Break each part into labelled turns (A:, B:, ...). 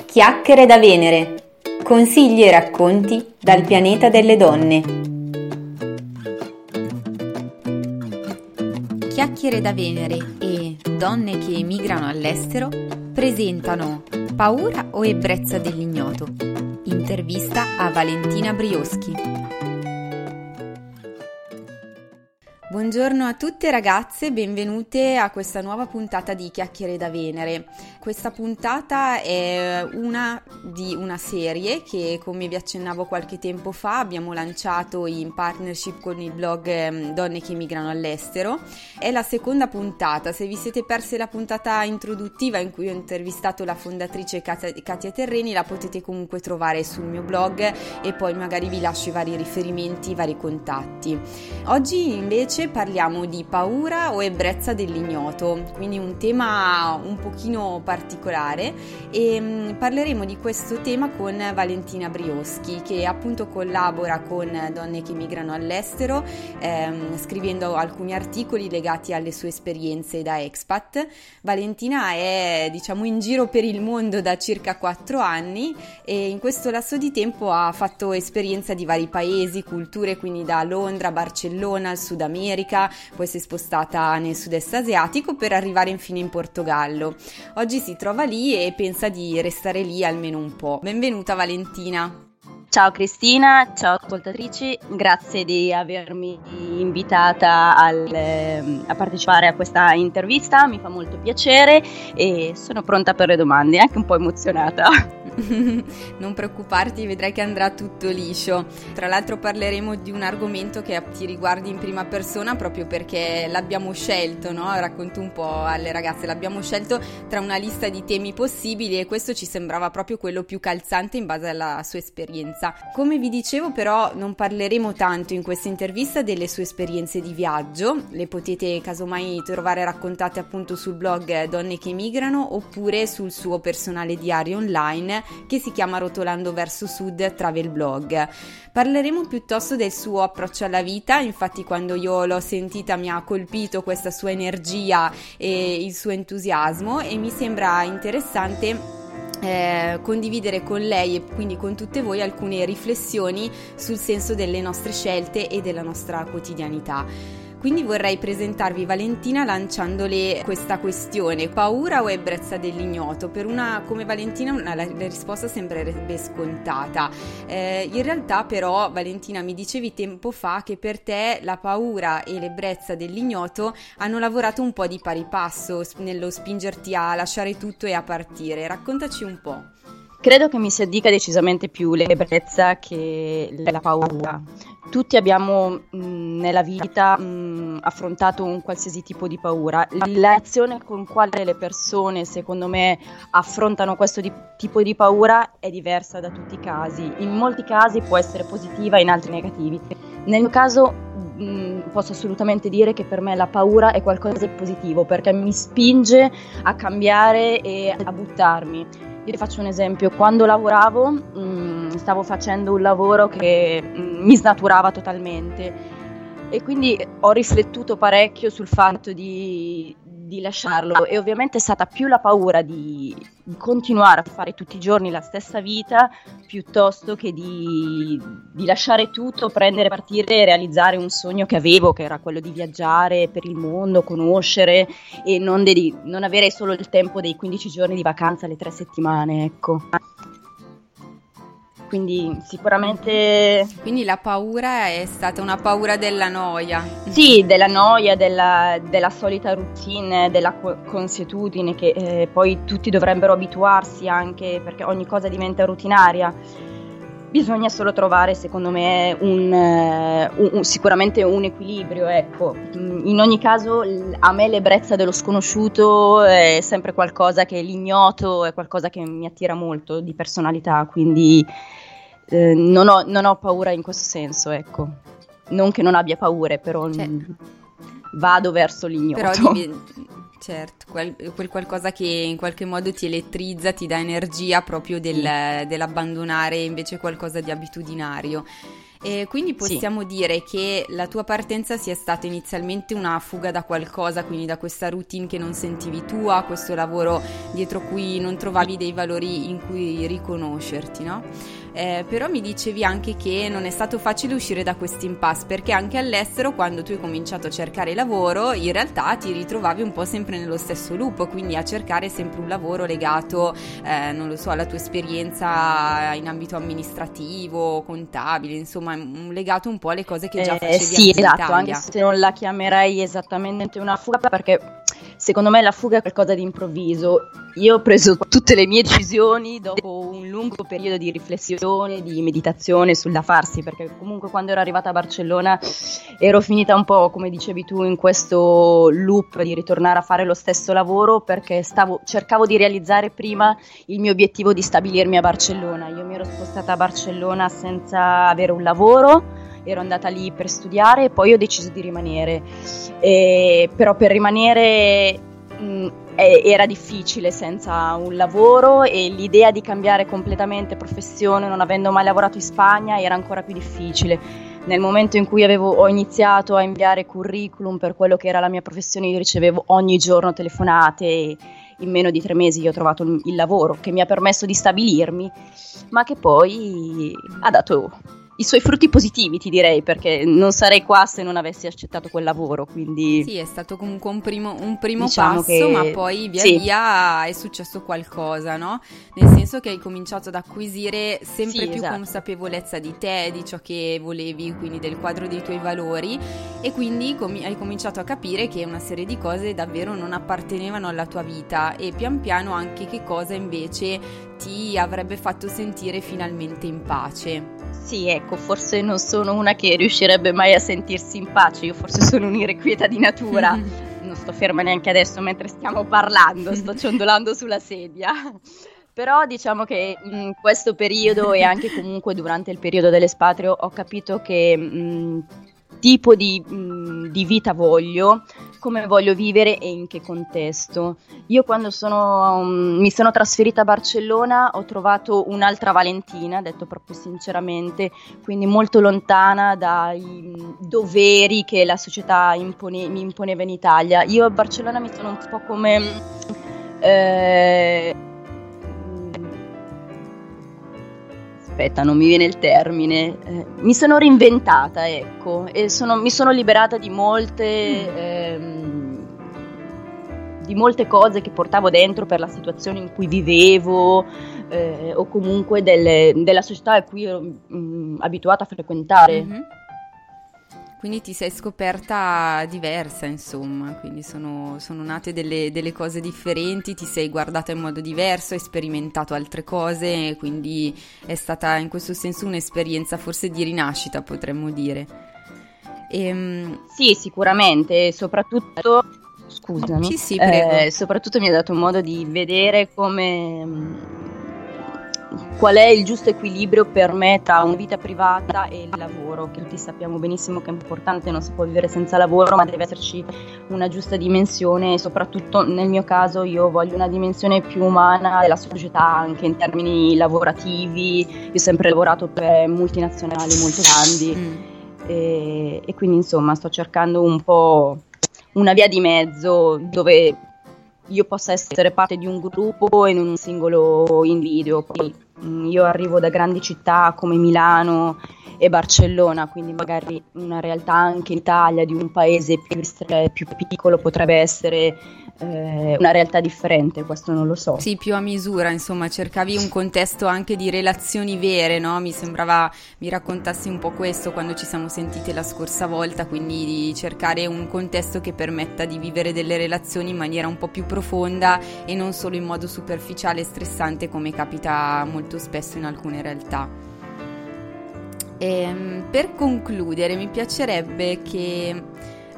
A: Chiacchiere da Venere. Consigli e racconti dal pianeta delle donne. Chiacchiere da Venere e Donne che emigrano all'estero presentano Paura o ebbrezza dell'ignoto? Intervista a Valentina Brioschi. Buongiorno a tutte ragazze, benvenute a questa nuova puntata di Chiacchiere da Venere. Questa puntata è una di una serie che, come vi accennavo qualche tempo fa, abbiamo lanciato in partnership con il blog Donne che emigrano all'estero. È la seconda puntata. Se vi siete perse la puntata introduttiva in cui ho intervistato la fondatrice Katia Terreni, la potete comunque trovare sul mio blog e poi magari vi lascio i vari riferimenti, i vari contatti. Oggi invece parliamo di paura o ebbrezza dell'ignoto, quindi un tema un pochino particolare, e parleremo di questo tema con Valentina Brioschi, che appunto collabora con Donne che emigrano all'estero, scrivendo alcuni articoli legati alle sue esperienze da expat. Valentina è in giro per il mondo da circa 4 anni e in questo lasso di tempo ha fatto esperienza di vari paesi, culture, quindi da Londra a Barcellona al Sud America, poi si è spostata nel sud-est asiatico per arrivare infine in Portogallo. Oggi si trova lì e pensa di restare lì almeno un po'. Benvenuta Valentina.
B: Ciao Cristina, ciao ascoltatrici, grazie di avermi invitata a partecipare a questa intervista, mi fa molto piacere e sono pronta per le domande, anche un po' emozionata.
A: Non preoccuparti, vedrai che andrà tutto liscio. Tra l'altro parleremo di un argomento che ti riguardi in prima persona proprio perché l'abbiamo scelto, no? Racconto un po' alle ragazze, l'abbiamo scelto tra una lista di temi possibili e questo ci sembrava proprio quello più calzante in base alla sua esperienza. Come vi dicevo però non parleremo tanto in questa intervista delle sue esperienze di viaggio, le potete casomai trovare raccontate appunto sul blog Donne che emigrano oppure sul suo personale diario online che si chiama Rotolando verso Sud Travel Blog. Parleremo piuttosto del suo approccio alla vita, infatti quando io l'ho sentita mi ha colpito questa sua energia e il suo entusiasmo e mi sembra interessante condividere con lei e quindi con tutte voi alcune riflessioni sul senso delle nostre scelte e della nostra quotidianità. Quindi vorrei presentarvi Valentina lanciandole questa questione: paura o ebbrezza dell'ignoto? Per una come Valentina la risposta sembrerebbe scontata. In realtà però Valentina mi dicevi tempo fa che per te la paura e l'ebbrezza dell'ignoto hanno lavorato un po' di pari passo nello spingerti a lasciare tutto e a partire. Raccontaci un po'.
B: Credo che mi si addica decisamente più l'ebbrezza che la paura. Tutti abbiamo nella vita affrontato un qualsiasi tipo di paura. La reazione con quale le persone, secondo me, affrontano questo tipo di paura è diversa da tutti i casi. In molti casi può essere positiva, in altri negativi. Nel mio caso posso assolutamente dire che per me la paura è qualcosa di positivo perché mi spinge a cambiare e a buttarmi. Io faccio un esempio: quando lavoravo stavo facendo un lavoro che mi snaturava totalmente e quindi ho riflettuto parecchio sul fatto di lasciarlo e ovviamente è stata più la paura di continuare a fare tutti i giorni la stessa vita piuttosto che di lasciare tutto, prendere, partire e realizzare un sogno che avevo, che era quello di viaggiare per il mondo, conoscere e non avere solo il tempo dei 15 giorni di vacanza, le 3 settimane, ecco. Quindi sicuramente...
A: Quindi la paura è stata una paura della noia.
B: Sì, della noia, della solita routine, della consuetudine che poi tutti dovrebbero abituarsi anche perché ogni cosa diventa rutinaria. Bisogna solo trovare, secondo me, sicuramente un equilibrio, ecco. In ogni caso, a me l'ebbrezza dello sconosciuto è sempre qualcosa che l'ignoto è qualcosa che mi attira molto di personalità, quindi non ho paura in questo senso, ecco. Non che non abbia paure, però vado verso l'ignoto.
A: Però certo, quel qualcosa che in qualche modo ti elettrizza, ti dà energia proprio dell'abbandonare invece qualcosa di abitudinario. E quindi possiamo dire che la tua partenza sia stata inizialmente una fuga da qualcosa, quindi da questa routine che non sentivi tua, questo lavoro dietro cui non trovavi dei valori in cui riconoscerti, no? Però mi dicevi anche che non è stato facile uscire da questo impasse, perché anche all'estero, quando tu hai cominciato a cercare lavoro, in realtà ti ritrovavi un po' sempre nello stesso loop, quindi a cercare sempre un lavoro legato, non lo so, alla tua esperienza in ambito amministrativo, contabile, insomma, legato un po' alle cose che già facevi
B: sì,
A: anche in
B: esatto,
A: Italia.
B: anche se non la chiamerei esattamente una fuga, perché secondo me la fuga è qualcosa di improvviso. Io ho preso tutte le mie decisioni dopo un lungo periodo di riflessione, di meditazione sulla farsi, perché comunque quando ero arrivata a Barcellona ero finita un po', come dicevi tu, in questo loop di ritornare a fare lo stesso lavoro, perché cercavo di realizzare prima il mio obiettivo di stabilirmi a Barcellona. Io mi ero spostata a Barcellona senza avere un lavoro, ero andata lì per studiare e poi ho deciso di rimanere, però per rimanere era difficile senza un lavoro, e l'idea di cambiare completamente professione non avendo mai lavorato in Spagna era ancora più difficile. Nel momento in cui ho iniziato a inviare curriculum per quello che era la mia professione, io ricevevo ogni giorno telefonate, e in meno di 3 mesi io ho trovato il lavoro che mi ha permesso di stabilirmi, ma che poi ha dato i suoi frutti positivi, ti direi, perché non sarei qua se non avessi accettato quel lavoro, quindi
A: sì, è stato comunque un primo
B: diciamo
A: passo,
B: che
A: ma poi via
B: sì.
A: via è successo qualcosa, no? Nel senso che hai cominciato ad acquisire sempre più
B: esatto.
A: consapevolezza di te, di ciò che volevi, quindi del quadro dei tuoi valori, e quindi hai cominciato a capire che una serie di cose davvero non appartenevano alla tua vita, e pian piano anche che cosa invece ti avrebbe fatto sentire finalmente in pace.
B: Sì, ecco, forse non sono una che riuscirebbe mai a sentirsi in pace, io forse sono un'irrequieta di natura, non sto ferma neanche adesso mentre stiamo parlando, sto ciondolando sulla sedia. Però diciamo che in questo periodo, e anche comunque durante il periodo dell'espatrio, ho capito che tipo di vita voglio, come voglio vivere e in che contesto. Io quando mi sono trasferita a Barcellona ho trovato un'altra Valentina, detto proprio sinceramente, quindi molto lontana dai doveri che la società mi imponeva in Italia. Io a Barcellona mi sono un po' come aspetta, non mi viene il termine, mi sono reinventata, ecco, e mi sono liberata di molte cose che portavo dentro per la situazione in cui vivevo, o comunque della società a cui ero abituata a frequentare.
A: Mm-hmm. Quindi ti sei scoperta diversa, insomma, quindi sono nate delle cose differenti, ti sei guardata in modo diverso, hai sperimentato altre cose, e quindi è stata in questo senso un'esperienza forse di rinascita, potremmo dire.
B: Sì, sicuramente, soprattutto, scusami,
A: sì, prego.
B: soprattutto mi ha dato modo di vedere qual è il giusto equilibrio per me tra una vita privata e il lavoro, che tutti sappiamo benissimo che è importante, non si può vivere senza lavoro, ma deve esserci una giusta dimensione, e soprattutto nel mio caso io voglio una dimensione più umana della società, anche in termini lavorativi. Io ho sempre lavorato per multinazionali molto grandi, e quindi insomma sto cercando un po' una via di mezzo dove io possa essere parte di un gruppo e non un singolo individuo. Poi io arrivo da grandi città come Milano e Barcellona, quindi magari una realtà anche in Italia di un paese più piccolo potrebbe essere una realtà differente, questo non lo so.
A: Sì, più a misura, insomma, cercavi un contesto anche di relazioni vere, no? Mi sembrava mi raccontassi un po' questo quando ci siamo sentite la scorsa volta, quindi di cercare un contesto che permetta di vivere delle relazioni in maniera un po' più profonda e non solo in modo superficiale e stressante, come capita molto spesso in alcune realtà. Per concludere, mi piacerebbe che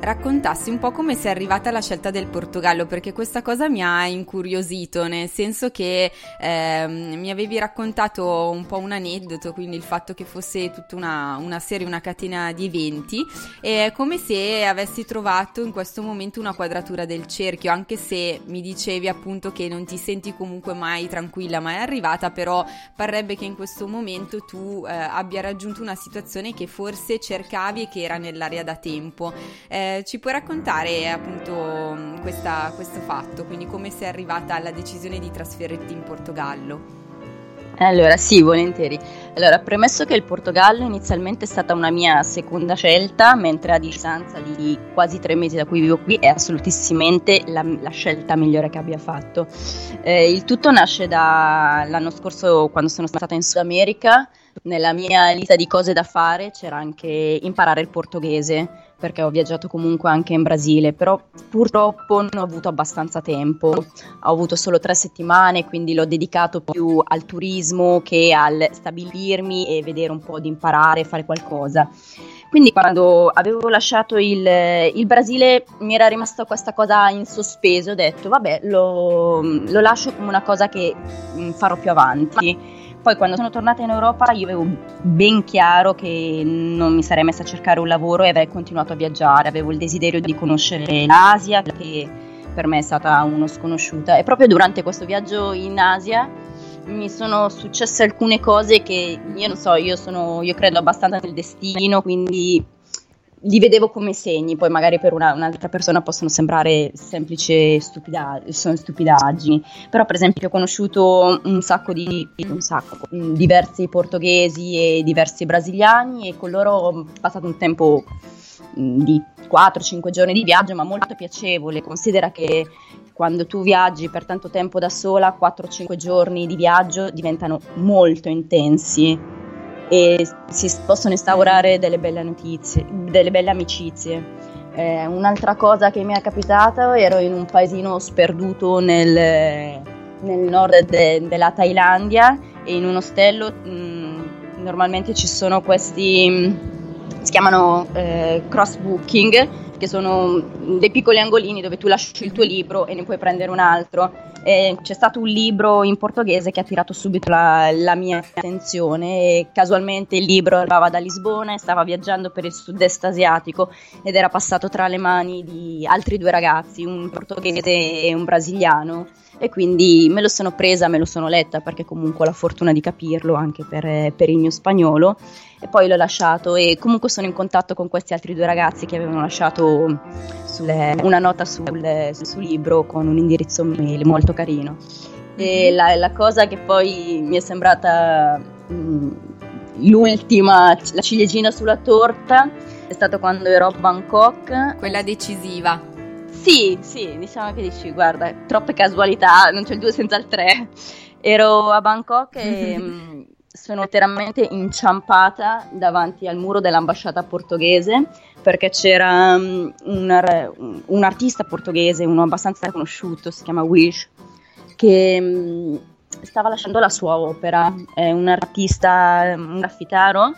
A: raccontassi un po' come sei arrivata alla scelta del Portogallo, perché questa cosa mi ha incuriosito, nel senso che mi avevi raccontato un po' un aneddoto, quindi il fatto che fosse tutta una serie, una catena di eventi, è come se avessi trovato in questo momento una quadratura del cerchio, anche se mi dicevi appunto che non ti senti comunque mai tranquilla, mai arrivata, però parrebbe che in questo momento tu abbia raggiunto una situazione che forse cercavi e che era nell'aria da tempo. Ci puoi raccontare appunto questo fatto, quindi come sei arrivata alla decisione di trasferirti in Portogallo?
B: Allora, sì, volentieri. Allora, premesso che il Portogallo inizialmente è stata una mia seconda scelta, mentre a distanza di quasi 3 mesi da cui vivo qui è assolutissimamente la scelta migliore che abbia fatto. Il tutto nasce dall'anno scorso, quando sono stata in Sud America. Nella mia lista di cose da fare c'era anche imparare il portoghese, perché ho viaggiato comunque anche in Brasile, però purtroppo non ho avuto abbastanza tempo, ho avuto solo 3 settimane, quindi l'ho dedicato più al turismo che al stabilirmi e vedere un po' di imparare, fare qualcosa. Quindi quando avevo lasciato il Brasile mi era rimasta questa cosa in sospeso, ho detto vabbè lo lascio come una cosa che farò più avanti. Poi quando sono tornata in Europa io avevo ben chiaro che non mi sarei messa a cercare un lavoro e avrei continuato a viaggiare, avevo il desiderio di conoscere l'Asia, che per me è stata uno sconosciuta, e proprio durante questo viaggio in Asia mi sono successe alcune cose che io non so, io credo abbastanza nel destino, quindi li vedevo come segni, poi magari per un'altra persona possono sembrare semplici stupidaggini, però per esempio ho conosciuto diversi portoghesi e diversi brasiliani, e con loro ho passato un tempo di 4-5 giorni di viaggio, ma molto piacevole. Considera che quando tu viaggi per tanto tempo da sola, 4-5 giorni di viaggio diventano molto intensi e si possono instaurare delle belle notizie, delle belle amicizie. Un'altra cosa che mi è capitata, ero in un paesino sperduto nel nord della Thailandia, e in un ostello normalmente ci sono questi, si chiamano cross booking, che sono dei piccoli angolini dove tu lasci il tuo libro e ne puoi prendere un altro. C'è stato un libro in portoghese che ha attirato subito la mia attenzione, e casualmente il libro arrivava da Lisbona e stava viaggiando per il sud-est asiatico ed era passato tra le mani di altri 2 ragazzi, un portoghese e un brasiliano, e quindi me lo sono presa, me lo sono letta, perché comunque ho la fortuna di capirlo anche per il mio spagnolo, e poi l'ho lasciato, e comunque sono in contatto con questi altri 2 ragazzi che avevano lasciato una nota sul libro con un indirizzo mail molto carino. E la cosa che poi mi è sembrata l'ultima, la ciliegina sulla torta, è stato quando ero a Bangkok.
A: Quella decisiva.
B: Sì, diciamo che dici, guarda, troppe casualità, non c'è il 2 senza il 3. Ero a Bangkok e sono letteralmente inciampata davanti al muro dell'ambasciata portoghese, perché c'era un artista portoghese, uno abbastanza conosciuto, si chiama Wish, che stava lasciando la sua opera. È un artista, un graffitaro,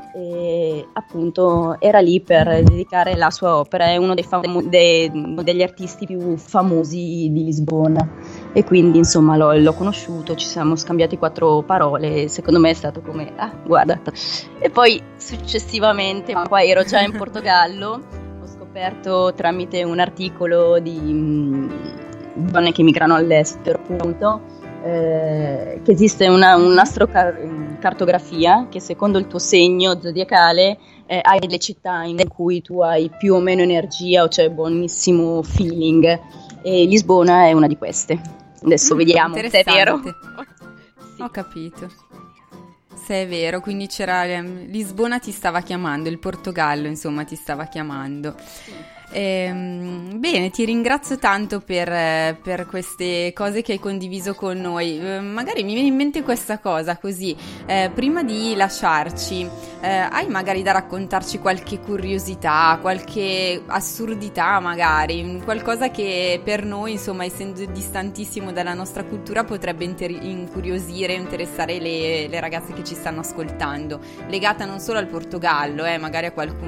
B: e appunto era lì per dedicare la sua opera. È uno degli artisti più famosi di Lisbona, e quindi insomma l'ho conosciuto, ci siamo scambiati 4 parole, e secondo me è stato come guarda. E poi successivamente, ma poi ero già in Portogallo, ho scoperto tramite un articolo di donne che migrano all'estero, appunto, che esiste un'astrocartografia che secondo il tuo segno zodiacale hai delle città in cui tu hai più o meno energia o c'è buonissimo feeling, e Lisbona è una di queste. Adesso vediamo se è vero.
A: Sì. Ho capito. Se è vero, quindi c'era Lisbona ti stava chiamando, il Portogallo insomma ti stava chiamando. Bene, ti ringrazio tanto per queste cose che hai condiviso con noi. Magari mi viene in mente questa cosa così, prima di lasciarci, hai magari da raccontarci qualche curiosità, qualche assurdità, magari qualcosa che per noi, insomma, essendo distantissimo dalla nostra cultura, potrebbe incuriosire, interessare le ragazze che ci stanno ascoltando, legata non solo al Portogallo, magari a qualcuno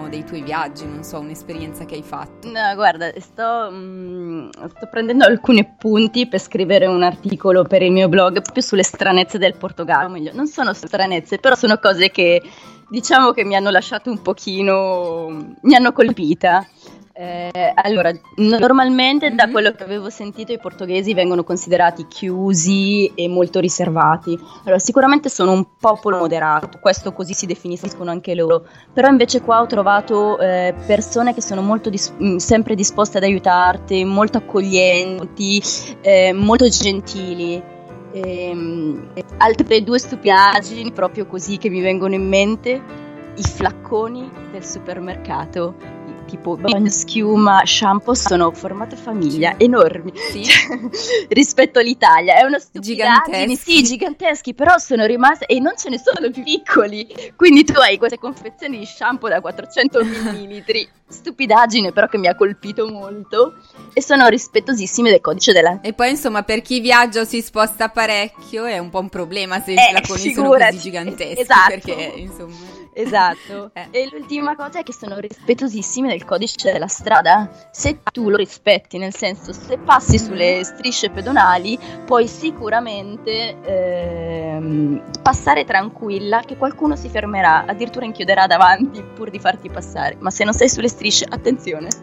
A: dei tuoi viaggi, non so, un'esperienza che hai fatto.
B: No, guarda, sto prendendo alcuni appunti per scrivere un articolo per il mio blog proprio sulle stranezze del Portogallo. Meglio, non sono stranezze, però sono cose che diciamo che mi hanno lasciato un pochino, mi hanno colpita. Allora, normalmente da quello che avevo sentito i portoghesi vengono considerati chiusi e molto riservati. Allora, sicuramente sono un popolo moderato, questo così si definiscono anche loro, però invece qua ho trovato persone che sono molto sempre disposte ad aiutarti, molto accoglienti, molto gentili. Altre due stupidaggini proprio così che mi vengono in mente: i flacconi del supermercato tipo bagno schiuma, shampoo, sono formato famiglia, enormi,
A: sì.
B: Rispetto all'Italia. È una stupidaggine,
A: giganteschi.
B: sì, giganteschi, però sono rimasti, e non ce ne sono più piccoli, quindi tu hai queste confezioni di shampoo da 400 millilitri, stupidaggine però che mi ha colpito molto, e sono rispettosissime del codice della...
A: E poi insomma, per chi viaggia o si sposta parecchio è un po' un problema se i flaconi sono così giganteschi,
B: esatto.
A: Perché insomma...
B: Esatto. E l'ultima cosa è che sono rispettosissime del codice della strada. Se tu lo rispetti, nel senso, se passi sulle strisce pedonali, puoi sicuramente passare tranquilla, che qualcuno si fermerà, addirittura inchioderà davanti pur di farti passare. Ma se non sei sulle strisce, attenzione.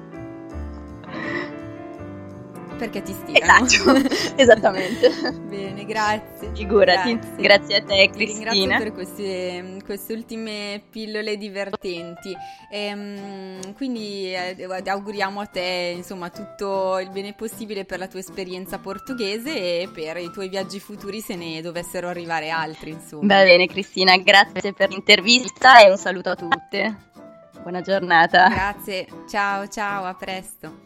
A: Perché ti stirano.
B: Esatto, esattamente.
A: Bene, grazie.
B: Figurati, grazie a te,
A: Ti
B: Cristina.
A: ringrazio per queste ultime pillole divertenti. Quindi auguriamo a te insomma tutto il bene possibile per la tua esperienza portoghese e per i tuoi viaggi futuri, se ne dovessero arrivare altri, insomma.
B: Va bene, Cristina, grazie per l'intervista e un saluto a tutte. Buona giornata.
A: Grazie, ciao, a presto.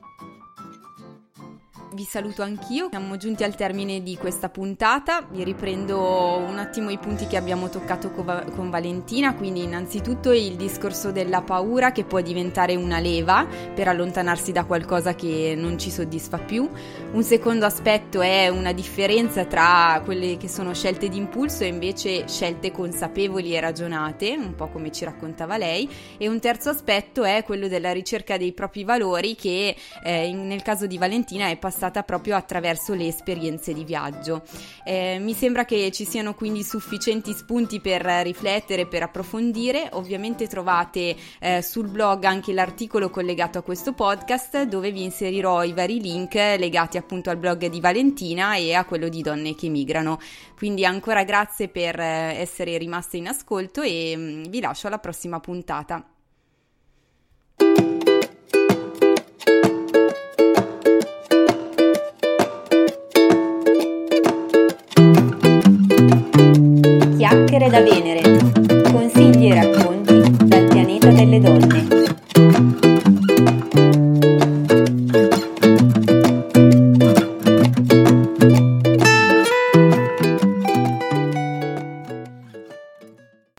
A: Vi saluto anch'io, siamo giunti al termine di questa puntata. Vi riprendo un attimo i punti che abbiamo toccato con Valentina. Quindi innanzitutto il discorso della paura, che può diventare una leva per allontanarsi da qualcosa che non ci soddisfa più. Un secondo aspetto è una differenza tra quelle che sono scelte di impulso e invece scelte consapevoli e ragionate, un po' come ci raccontava lei. E un terzo aspetto è quello della ricerca dei propri valori, che nel caso di Valentina è passata proprio attraverso le esperienze di viaggio. Mi sembra che ci siano quindi sufficienti spunti per riflettere, per approfondire. Ovviamente trovate sul blog anche l'articolo collegato a questo podcast, dove vi inserirò i vari link legati appunto al blog di Valentina e a quello di Donne che Migrano. Quindi ancora grazie per essere rimaste in ascolto e vi lascio alla prossima puntata.